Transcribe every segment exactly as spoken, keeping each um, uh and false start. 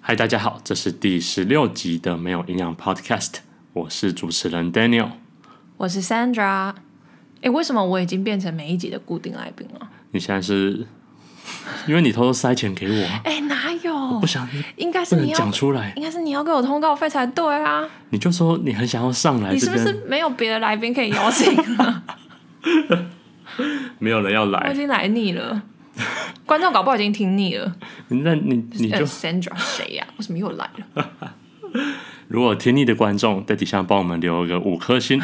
嗨，大家好，这是第十六集的没有营养 Podcast， 我是主持人 Daniel， 我是 Sandra。哎，为什么我已经变成每一集的固定来宾了？ 你现在是因为你偷偷塞钱给我啊？ 哎，哪有？ 我不想， 应该是你要讲出来， 应该是你要给我通告费才对啊！ 你就说你很想要上来你这边， 是不是没有别的来宾可以邀请了？ 没有人要来， 我已经来腻了。观众搞不好已经听腻了。 那你你就、 呃、Sandra 谁呀、啊？为什么又来了？ 如果听腻的观众在底下帮我们留个五颗星。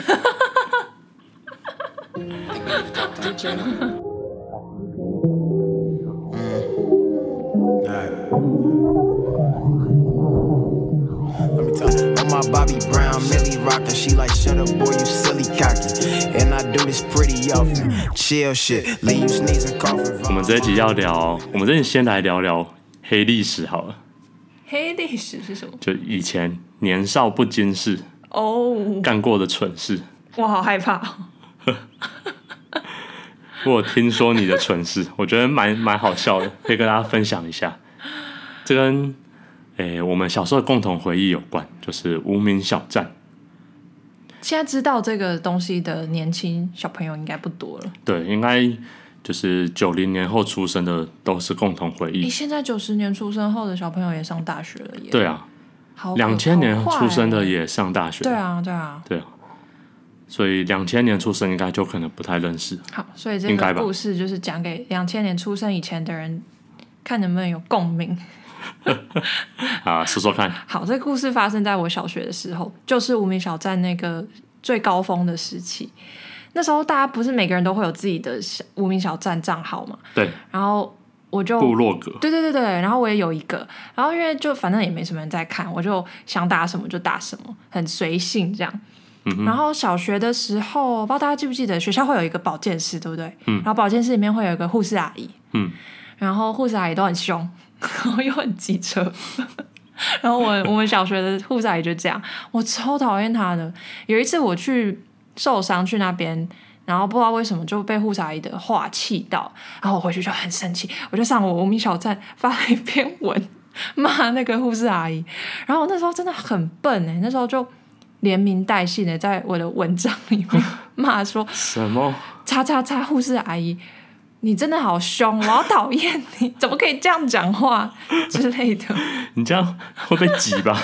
Let me tell you, I'm my Bobby Brown, Millie rockin'. She like, shut up, boy, you silly cocky. And I do this pretty often. Chill shit, leave you sneezing, coughing. 我们这一集要聊，我们这一集先来聊聊黑历史好了。 黑历史是什么？ 就以前年少不经事哦、oh, 干过的蠢事。 我好害怕、哦。 我听说你的蠢事，我觉得蛮蛮好笑的，可以跟大家分享一下。这跟诶我们小时候的共同回忆有关，就是无名小站。 现在知道这个东西的年轻小朋友应该不多了。 对，应该就是九零年后出生的都是共同回忆。 现在九十年出生后的小朋友也上大学了耶。 对啊，两千年出生的也上大学。 对啊，对啊， 对啊。所以两千年出生应该就可能不太认识。 好，所以这个故事就是讲给两千年出生以前的人，看能不能有共鸣。 啊，说说看。 好，这个故事发生在我小学的时候，就是无名小站那个最高峰的时期。那时候大家不是每个人都会有自己的无名小站账号嘛？ 对。 然后我就部落格。 对对对对，然后我也有一个，然后因为就反正也没什么人在看，我就想打什么就打什么，很随性这样。嗯、然后小学的时候，不知道大家记不记得，学校会有一个保健室，对不对？嗯。然后保健室里面会有一个护士阿姨。嗯。然后护士阿姨都很凶，然后又很机车。然后我我们小学的护士阿姨就这样，我超讨厌她的。有一次我去受伤去那边，然后不知道为什么就被护士阿姨的话气到，然后我回去就很生气，我就上我无名小站发了一篇文骂那个护士阿姨。然后我那时候真的很笨欸，那时候就连名带姓的在我的文章里面骂说什么叉叉叉护士阿姨，你真的好凶，我好讨厌你，怎么可以这样讲话之类的。 你这样会被挤吧？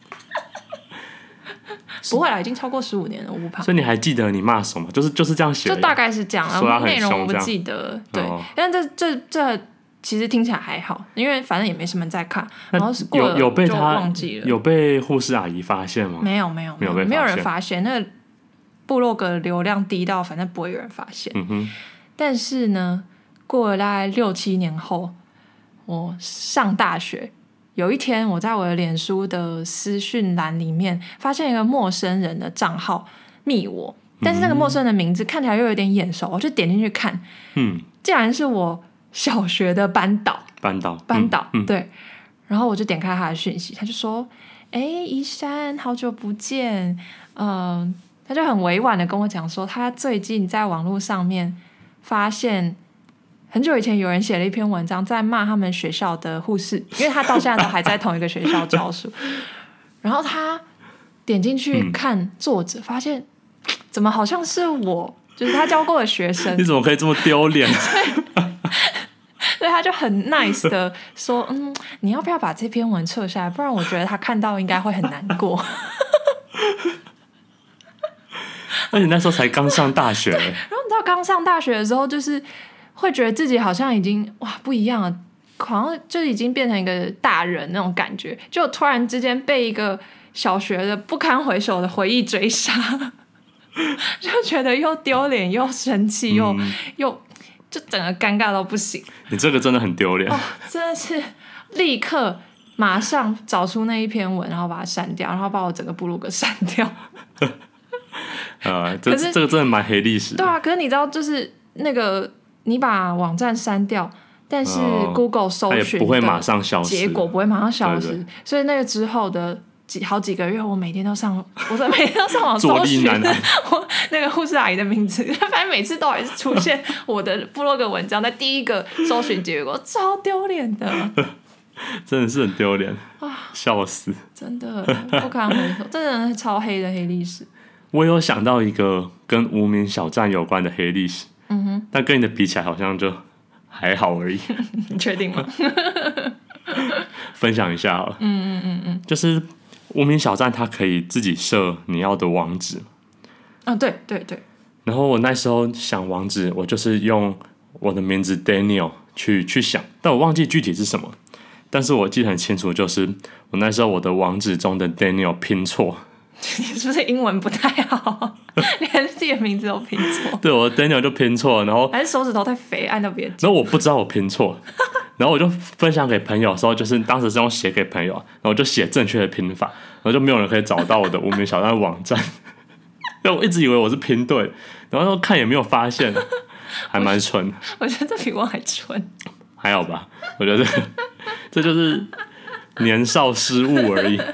不会啦，已经超过十五年了，我不怕。 所以你还记得你骂什么？就是就是这样写， 就大概是这样，然后内容我不记得。对， 哦、 但这这这其实听起来还好，因为反正也没什么人在看。然后过了有有被他就忘记了， 有被护士阿姨发现吗？ 没有没有没有被没有人发现，那个部落格流量低到反正不会有人发现。 嗯哼。 但是呢，过了大概六七年后，我上大学，有一天我在我的脸书的私讯栏里面发现一个陌生人的账号密我，但是那个陌生人的名字看起来又有点眼熟，我就点进去看，嗯，竟然是我小学的班导， 班导， 班导， 嗯、 对，然后我就点开他的讯息，他就说：“哎，宜山，好久不见。”嗯，他就很委婉的跟我讲说，他最近在网络上面发现。很久以前有人写了一篇文章在骂他们学校的护士，因为他到现在都还在同一个学校教书。然后他点进去看作者，发现怎么好像是我，就是他教过的学生。 你怎么可以这么丢脸？ 所以他就很 nice 的说：“嗯，你要不要把这篇文撤下来？不然我觉得他看到应该会很难过。” 而且那时候才刚上大学。然后你知道刚上大学的时候就是会觉得自己好像已经哇不一样了，好像就已经变成一个大人那种感觉，就突然之间被一个小学的不堪回首的回忆追杀，就觉得又丢脸又生气又、嗯、又就整个尴尬到不行。 你这个真的很丢脸、 哦、真的是立刻马上找出那一篇文，然后把它删掉，然后把我整个部落格删掉。 呃，这这个真的蛮黑历史的。 对啊，可是你知道就是那个你把网站删掉，但是 Google 搜寻不会马上消失， 结果不会马上消失， 对对， 所以那个之后的几好几个月，我每天都上，我每天都上网搜寻我那个护士阿姨的名字，反正每次都还是出现我的部落格文章在第一个搜寻结果，超丢脸的。 真的是很丢脸。 笑死， 真的不堪回首，这真的是超黑的黑历史。 我有想到一个跟无名小站有关的黑历史， 嗯哼， 但跟你的比起来好像就还好而已。 你确定吗？ 分享一下好了， 嗯嗯嗯嗯， 就是无名小站它可以自己设你要的网址， 啊、哦、对对对， 然后我那时候想网址，我就是用我的名字 Daniel 去去想，但我忘记具体是什么，但是我记得很清楚，就是我那时候我的网址中的 Daniel 拼错。 你是不是英文不太好？连自己的名字都拼错？ 对，我的 Daniel 就拼错，然后还是手指头太肥按到别人？ 然后我不知道我拼错，然后我就分享给朋友的时候，就是当时是用写给朋友，然后我就写正确的拼法，然后就没有人可以找到我的无名小站网站。因为我一直以为我是拼对，然后看也没有发现，还蛮蠢。 我觉得这比我还蠢。 还好吧，我觉得这, 这就是年少失误而已。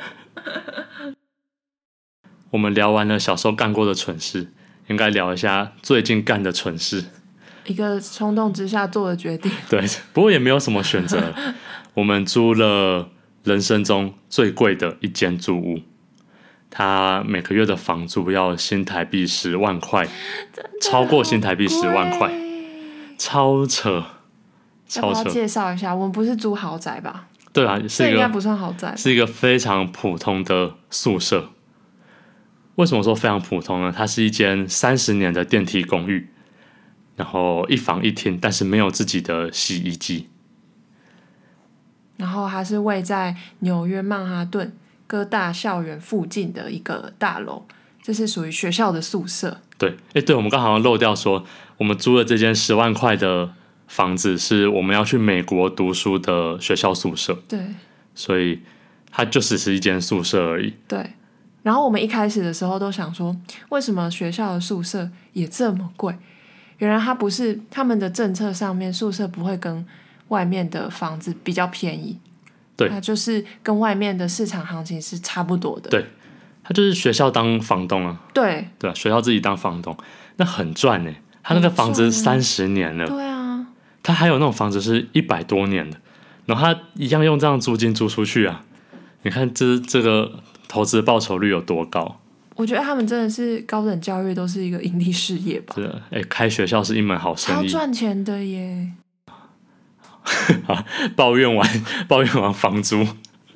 我们聊完了小时候干过的蠢事，应该聊一下最近干的蠢事。 一个冲动之下做的决定。 对，不过也没有什么选择。我们租了人生中最贵的一间租屋，它每个月的房租要新台币十万块，超过新台币十万块，超扯，超扯。 要不要介绍一下？我们不是租豪宅吧？ 对啊，是一个这应该不算豪宅， 是一个非常普通的宿舍。为什么说非常普通呢？它是一间三十年的电梯公寓，然后一房一厅，但是没有自己的洗衣机。 然后它是位在纽约曼哈顿哥大校园附近的一个大楼，这是属于学校的宿舍。 对，哎，对，我们刚好漏掉说，我们租的这间十万块的房子是我们要去美国读书的学校宿舍。 对， 所以它就只是一间宿舍而已。 对。然后我们一开始的时候都想说，为什么学校的宿舍也这么贵？原来它不是他们的政策上面，宿舍不会跟外面的房子比较便宜， 对， 它就是跟外面的市场行情是差不多的。 对，它就是学校当房东啊。 对， 对啊，学校自己当房东，那很赚呢。他那个房子三十年了， 对啊， 他还有那种房子是一百多年的，然后他一样用这样租金租出去啊。你看这这个投资报酬率有多高？ 我觉得他们真的是高等教育都是一个盈利事业吧。 是的，哎，开学校是一门好生意， 超赚钱的耶。 好，抱怨完抱怨完房租。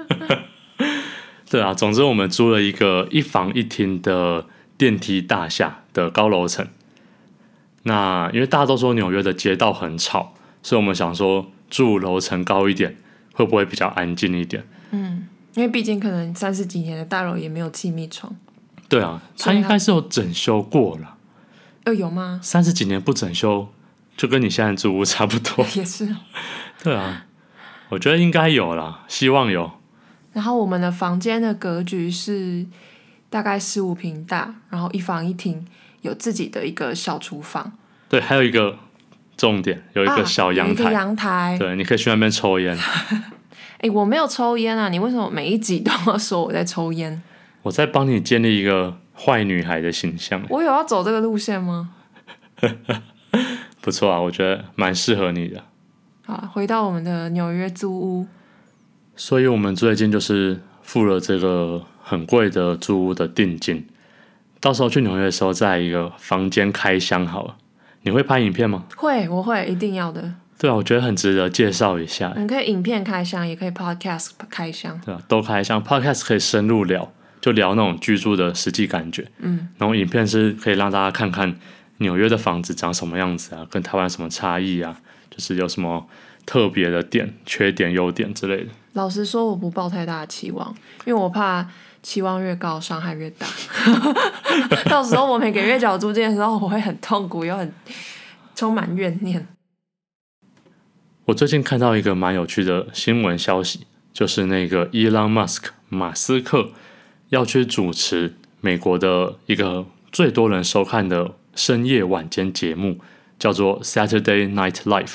对啊，总之我们租了一个一房一厅的电梯大厦的高楼层。那因为大家都说纽约的街道很吵，所以我们想说住楼层高一点会不会比较安静一点？ 嗯，因为毕竟可能三十几年的大楼也没有气密窗。 对啊，它应该是有整修过了。 呃，有吗？ 三十几年不整修，就跟你现在住屋差不多。 也是。 对啊，我觉得应该有啦，希望有。 然后我们的房间的格局是大概十五坪大，然后一房一厅，有自己的一个小厨房。 对，还有一个重点，有一个小阳台。 啊、有一个阳台。 对，你可以去那边抽烟。 哎，我没有抽烟啊！你为什么每一集都要说我在抽烟？ 我在帮你建立一个坏女孩的形象。 我有要走这个路线吗？ 不错啊，我觉得蛮适合你的。 好，回到我们的纽约租屋。 所以我们最近就是付了这个很贵的租屋的定金，到时候去纽约的时候，在一个房间开箱好了。你会拍影片吗？ 会，我会，一定要的。 对啊，我觉得很值得介绍一下。 你可以影片开箱，也可以 podcast 开箱。 对啊，都开箱。podcast 可以深入聊，就聊那种居住的实际感觉。 嗯， 然后影片是可以让大家看看纽约的房子长什么样子啊，跟台湾有什么差异啊，就是有什么特别的点、缺点、优点之类的。 老实说，我不抱太大的期望，因为我怕期望越高，伤害越大。到时候我每个月缴租金的时候，我会很痛苦，又很充满怨念。 我最近看到一个蛮有趣的新闻消息，就是那个 Elon Musk 马斯克要去主持美国的一个最多人收看的深夜晚间节目，叫做 Saturday Night Live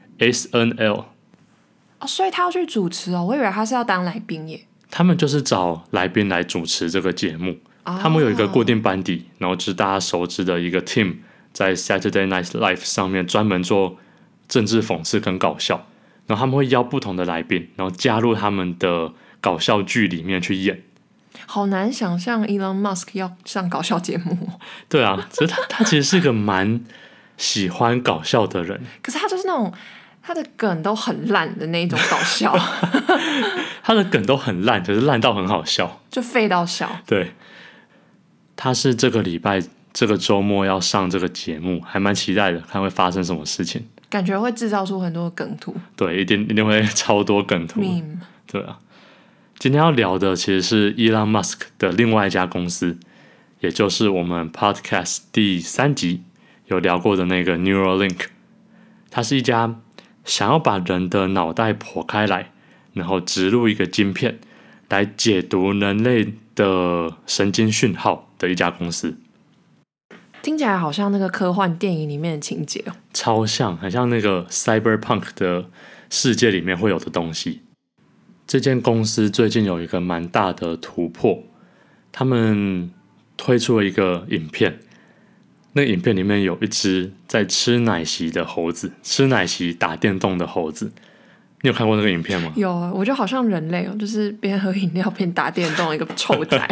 S N L。 哦，所以他要去主持哦，我以为他是要当来宾耶。 他们就是找来宾来主持这个节目，哦、他们有一个固定班底，然后就是大家熟知的一个 team， 在 Saturday Night Live 上面专门做政治讽刺跟搞笑，然后他们会邀不同的来宾，然后加入他们的搞笑剧里面去演。 好难想象 Elon Musk 要上搞笑节目。 对啊，所以他他其实是个蛮喜欢搞笑的人。 可是他就是那种他的梗都很烂的那一种搞笑。 他的梗都很烂，可是烂到很好笑， 就废到笑。 对，他是这个礼拜这个周末要上这个节目，还蛮期待的，看会发生什么事情。 感觉会制造出很多梗图。 对，一定一定会超多梗图。 Meme。 对啊，今天要聊的其实是 Elon Musk 的另外一家公司，也就是我们 Podcast 第三集有聊过的那个 Neuralink。它是一家想要把人的脑袋剖开来，然后植入一个晶片来解读人类的神经讯号的一家公司。 听起来好像那个科幻电影里面的情节哦， 超像，很像那个 Cyberpunk 的世界里面会有的东西。这间公司最近有一个蛮大的突破，他们推出了一个影片，那个影片里面有一只在吃奶昔的猴子，吃奶昔打电动的猴子。你有看过那个影片吗？ 有啊，我觉得好像人类哦，就是边喝饮料边打电动，一个臭宅。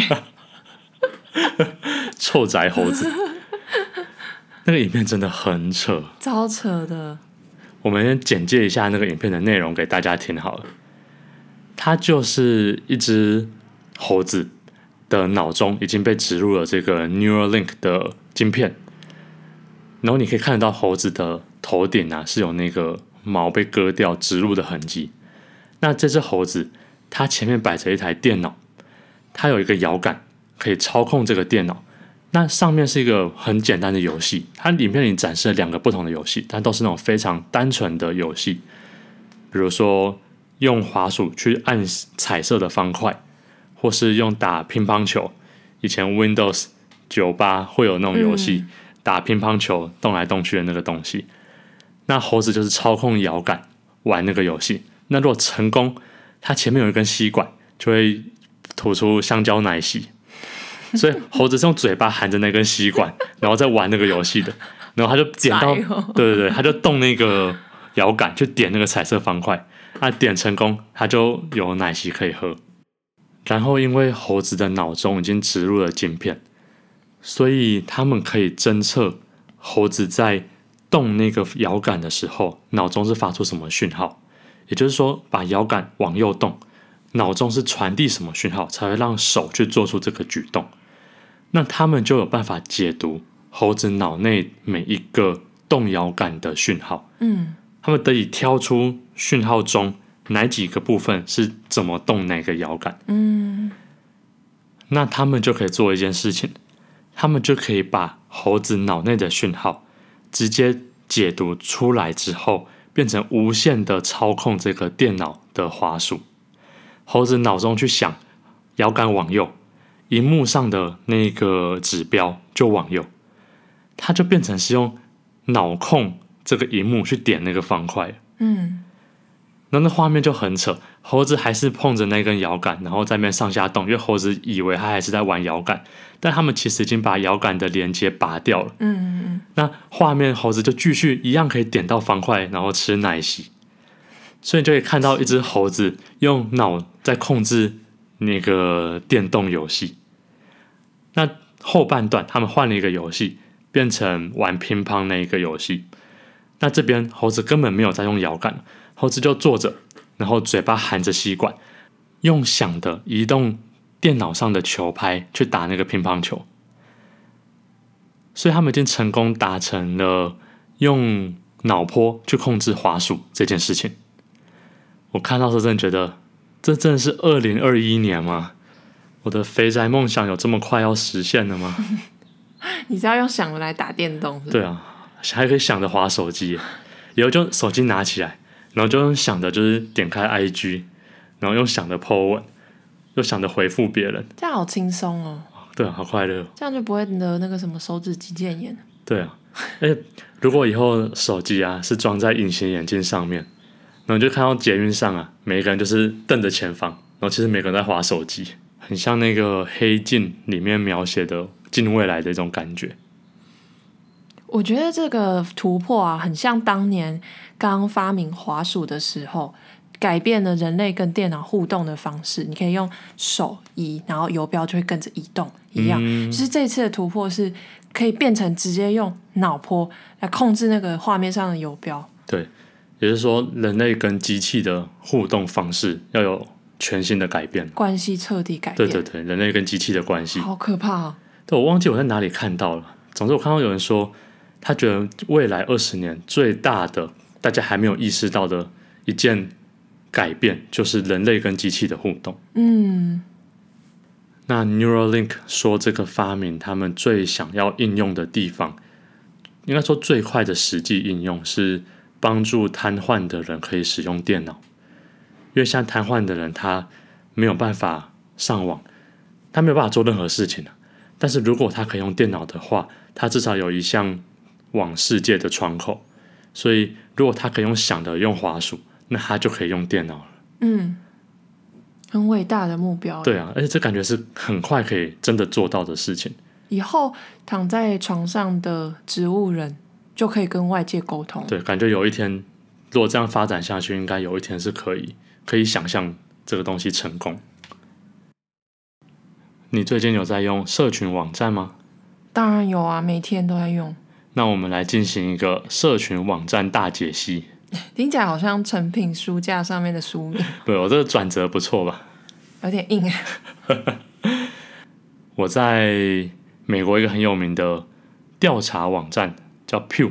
臭宅猴子。那个影片真的很扯， 超扯的。 我们先简介一下那个影片的内容给大家听好了。它就是一只猴子的脑中已经被植入了这个 Neuralink 的晶片，然后你可以看得到猴子的头顶啊是有那个毛被割掉植入的痕迹。那这只猴子它前面摆着一台电脑，它有一个摇杆可以操控这个电脑。那上面是一个很简单的游戏，它影片里展示了两个不同的游戏，但都是那种非常单纯的游戏，比如说用滑鼠去按彩色的方块，或是用打乒乓球。以前 Windows 九十八会有那种游戏、嗯、打乒乓球动来动去的那个东西。那猴子就是操控摇杆玩那个游戏。那如果成功，它前面有一根吸管就会吐出香蕉奶昔，所以猴子是用嘴巴含着那根吸管，然后再玩那个游戏的。然后他就点到，对对对，他就动那个摇杆去点那个彩色方块，他点成功，他就有奶昔可以喝。然后因为猴子的脑中已经植入了晶片，所以他们可以侦测猴子在动那个摇杆的时候，脑中是发出什么讯号。也就是说，把摇杆往右动，脑中是传递什么讯号，才会让手去做出这个举动。那他们就有办法解读猴子脑内每一个动摇杆的讯号。 嗯， 他们得以挑出讯号中哪几个部分是怎么动哪个摇杆。 嗯， 那他们就可以做一件事情，他们就可以把猴子脑内的讯号直接解读出来之后，变成无限的操控这个电脑的滑鼠。猴子脑中去想摇杆往右，萤幕上的那个指标就往右，它就变成是用脑控这个萤幕去点那个方块。 嗯， 那那画面就很扯，猴子还是碰着那根摇杆，然后在那边上下动，因为猴子以为他还是在玩摇杆，但他们其实已经把摇杆的连接拔掉了。 嗯嗯嗯， 那画面猴子就继续一样可以点到方块，然后吃奶昔。所以你就可以看到一只猴子用脑在控制那个电动游戏。那后半段他们换了一个游戏，变成玩乒乓那一个游戏。那这边猴子根本没有在用摇杆，猴子就坐着，然后嘴巴含着吸管，用想的移动电脑上的球拍去打那个乒乓球。所以他们已经成功达成了用脑波去控制滑鼠这件事情。我看到的时候真的觉得，这真的是二零二一年吗？我的肥宅梦想有这么快要实现了吗？ 你是要用想的来打电动是不是？ 对啊，还可以想着滑手机，以后就手机拿起来，然后就用想的就是点开 I G， 然后用想的 po 文，又想着回复别人， 这样好轻松哦。 对啊，好快乐， 这样就不会得那个什么手指肌腱炎。 对啊，而且如果以后手机啊是装在隐形眼镜上面，然后你就看到捷运上啊，每一个人就是瞪着前方，然后其实每个人在滑手机，很像那个黑镜里面描写的近未来的一种感觉。 我觉得这个突破啊，很像当年刚发明滑鼠的时候， 改变了人类跟电脑互动的方式，你可以用手移，然后游标就会跟着移动一样。嗯、就是这次的突破是可以变成直接用脑波来控制那个画面上的游标。 对，也就是说人类跟机器的互动方式要有全新的改变， 关系彻底改变。 对对对，人类跟机器的关系。 好可怕啊！ 对，我忘记我在哪里看到了。总之我看到有人说，他觉得未来二十年最大的大家还没有意识到的一件改变，就是人类跟机器的互动。 嗯， 那 Neuralink 说这个发明他们最想要应用的地方，应该说最快的实际应用是帮助瘫痪的人可以使用电脑。因为像瘫痪的人他没有办法上网，他没有办法做任何事情、啊、但是如果他可以用电脑的话，他至少有一项往世界的窗口。所以如果他可以用想的用滑鼠，那他就可以用电脑了。 嗯，很伟大的目标。 对啊，而且这感觉是很快可以真的做到的事情。 以后躺在床上的植物人就可以跟外界沟通。 对，感觉有一天如果这样发展下去，应该有一天是可以可以想象这个东西成功。你最近有在用社群网站吗？ 当然有啊，每天都在用。 那我们来进行一个社群网站大解析。 听起来好像成品书架上面的书名。 对，我这个转折不错吧？ 有点硬。 我在美国一个很有名的调查网站叫 Pew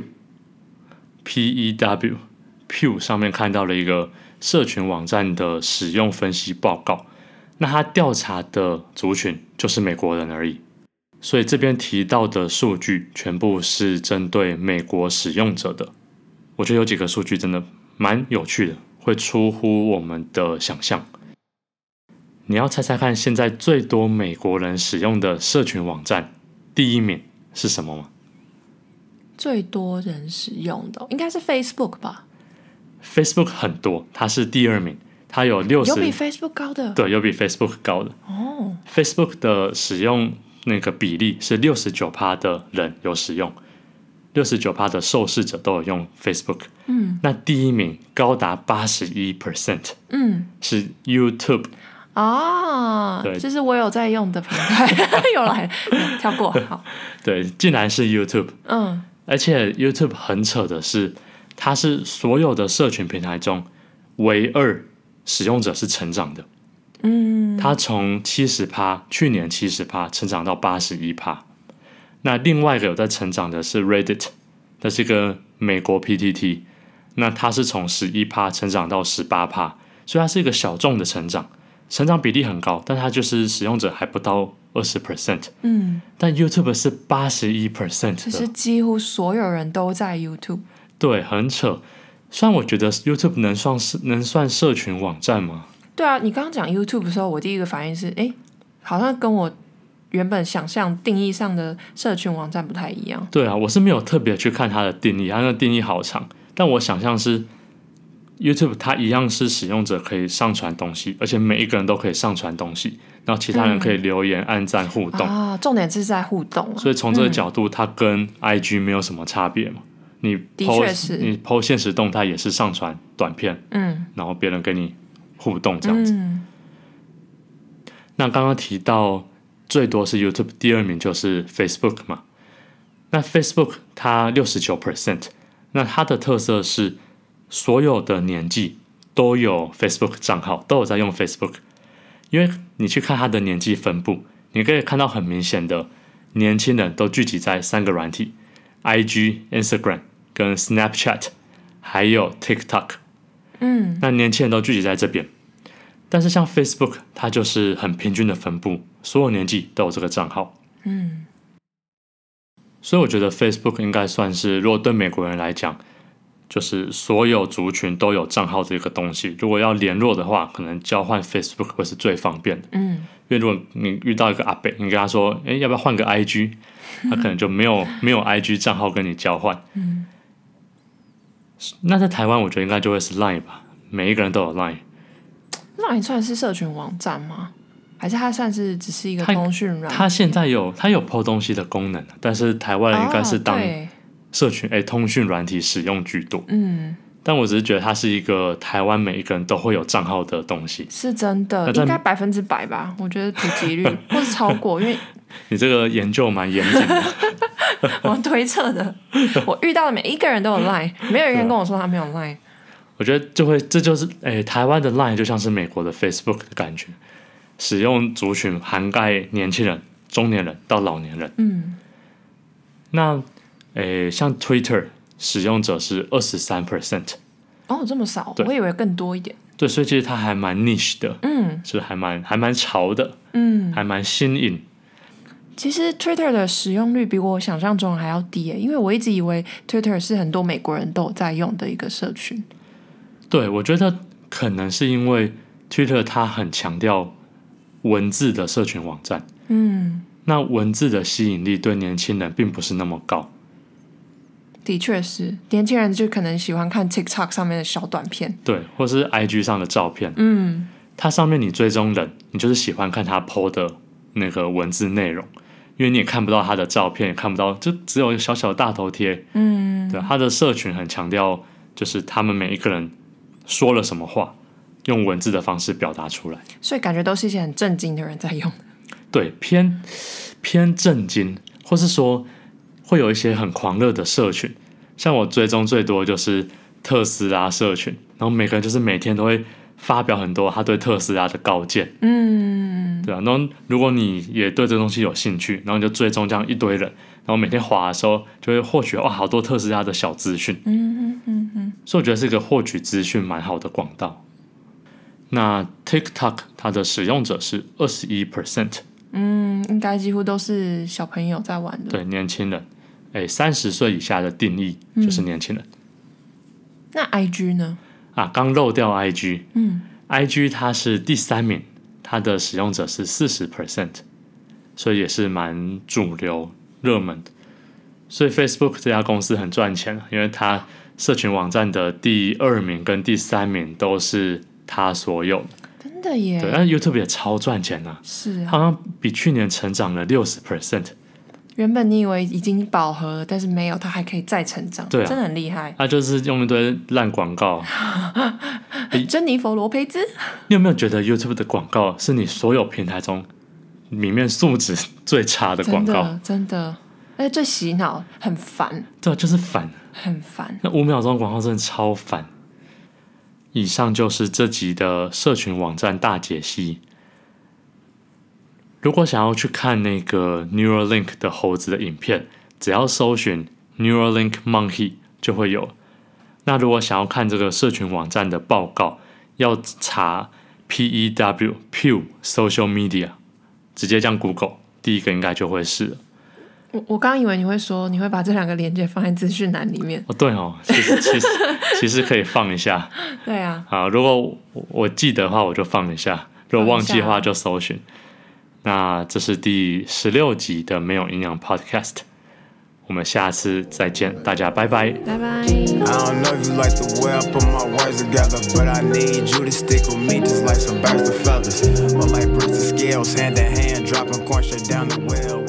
P E W Pew 上面看到了一个社群网站的使用分析报告。那他调查的族群就是美国人而已，所以这边提到的数据全部是针对美国使用者的。我觉得有几个数据真的蛮有趣的，会出乎我们的想象。你要猜猜看，现在最多美国人使用的社群网站第一名是什么吗？ 最多人使用的应该是 Facebook 吧？ Facebook 很多，它是第二名，它有六十， 有比 Facebook 高的？ 对，有比 Facebook 高的。 哦 Facebook 的使用那个比例是 百分之六十九 的人有使用， 百分之六十九 的受试者都有用 Facebook。 嗯， 那第一名高达 百分之八十一， 嗯， 是 YouTube。 啊，这是我有在用的平台。又来跳过。好， 对，竟然是 YouTube。 嗯， 而且 YouTube 很扯的是，它是所有的社群平台中唯二使用者是成长的。 嗯， 它从 百分之七十 去年 百分之七十 成长到 百分之八十一。那另外一个有在成长的是 Reddit， 那是一个美国 P T T， 那它是从 百分之十一 成长到 百分之十八， 所以它是一个小众的成长，成长比例很高，但它就是使用者还不到 百分之二十。 嗯，但 YouTube 是 百分之八十一， 就是几乎所有人都在 YouTube。 对，很扯。虽然我觉得 YouTube 能算能算社群网站吗？ 对啊，你刚刚讲 YouTube 的时候，我第一个反应是，哎，好像跟我原本想象定义上的社群网站不太一样。 对啊，我是没有特别去看它的定义，它那个定义好长，但我想象是 YouTube 它一样是使用者可以上传东西，而且每一个人都可以上传东西，然后其他人可以留言、嗯、按赞、互动啊。重点是在互动、啊， 所以从这个角度、嗯、它跟 I G 没有什么差别嘛。你 post 你 post 现实动态也是上传短片，嗯，然后别人跟你互动这样子。嗯、那刚刚提到最多是 YouTube， 第二名就是 Facebook 嘛。那 Facebook 它 百分之六十九， 那它的特色是所有的年纪都有 Facebook 账号，都有在用 Facebook。因为你去看它的年纪分布，你可以看到很明显的年轻人都聚集在三个软体 I G、Instagram 跟 Snapchat 还有 TikTok。 嗯，那年轻人都聚集在这边。但是像 Facebook 它就是很平均的分布，所有年纪都有这个账号。嗯，所以我觉得 Facebook 应该算是，如果对美国人来讲，就是所有族群都有账号这个东西，如果要联络的话，可能交换 Facebook 会是最方便的。嗯，因为如果你遇到一个阿伯，你跟他说，哎，要不要换个 I G， 他可能就没有没有 I G 账号跟你交换。嗯，那在台湾我觉得应该就会是 Line 吧，每一个人都有 Line。Line 算是社群网站吗？还是它算是只是一个通讯软件？ 它现在有它有 po 东西的功能，但是台湾人应该是当社群哎、哦、通讯软体使用居多。嗯， 但我只是觉得它是一个台湾每一个人都会有账号的东西， 是真的，应该百分之百吧？我觉得普及率或是超过，因为你这个研究蛮严谨的。 我推测的，我遇到的每一个人都有 Line， 没有人跟我说他没有 Line。 我觉得就会，这就是诶，台湾的 Line 就像是美国的 Facebook 的感觉，使用族群涵盖年轻人、中年人到老年人。 嗯， 那诶，像 Twitter 使用者是二十三 percent。 哦，这么少，我以为更多一点。 对，所以其实它还蛮 niche 的， 嗯， 是还蛮还蛮潮的， 嗯， 还蛮新颖。 其实 Twitter 的使用率比我想象中还要低耶，因为我一直以为 Twitter 是很多美国人都有在用的一个社群。 对，我觉得可能是因为 Twitter 它很强调文字的社群网站， 嗯， 那文字的吸引力对年轻人并不是那么高。 的确是，年轻人就可能喜欢看 TikTok 上面的小短片， 对，或是 I G 上的照片， 嗯， 它上面你追踪人，你就是喜欢看他 po 的那个文字内容，因为你也看不到他的照片，也看不到，就只有小小的大头贴， 嗯， 对，他的社群很强调，就是他们每一个人说了什么话，用文字的方式表达出来， 所以感觉都是一些很震惊的人在用。 对，偏偏震惊，或是说会有一些很狂热的社群，像我追踪最多就是特斯拉社群，然后每个人就是每天都会发表很多他对特斯拉的高见， 嗯， 对啊，然后如果你也对这东西有兴趣，然后你就追踪这样一堆人，然后每天滑的时候就会获取哇好多特斯拉的小资讯， 嗯嗯嗯嗯， 所以我觉得是一个获取资讯蛮好的管道。那 TikTok 它的使用者是二十一 percent， 嗯，应该几乎都是小朋友在玩的， 对，年轻人，哎，三十岁以下的定义就是年轻人。 嗯、那 I G 呢？ 啊，刚漏掉 I G， 嗯 ，I G 它是第三名，它的使用者是四十 percent， 所以也是蛮主流热门的。所以 Facebook 这家公司很赚钱，因为它社群网站的第二名跟第三名都是它所有的。 真的耶！ 对，但 YouTube 也超赚钱啊， 是啊， 好像比去年成长了六十 percent。 原本你以为已经饱和了，但是没有，它还可以再成长， 对啊， 真的很厉害。 它就是用一堆烂广告。 珍妮佛罗培兹， 你有没有觉得 YouTube 的广告是你所有平台中里面素质最差的广告？ 真的，真的，而且最洗脑，很烦。 对啊，就是烦， 很烦。 那五秒钟广告真的超烦。以上就是这集的社群网站大解析。如果想要去看那个 Neuralink 的猴子的影片，只要搜寻 Neuralink Monkey 就会有。那如果想要看这个社群网站的报告，要查 P E W Pew Social Media， 直接这样 Google， 第一个应该就会是了。 我我刚以为你会说你会把这两个连结放在资讯栏里面。 哦，对哦，其实其实其实可以放一下。 对啊。 好，如果我记得的话，我就放一下；如果忘记的话，就搜寻。那这是第十六集的没有营养 Podcast， 我们下次再见，大家拜拜， 拜拜。 I don't know if you like the way I put my words together, but I need you to stick with me just like some birds of feathers, or like bricks and scales, hand in hand, dropping corn straight down the well.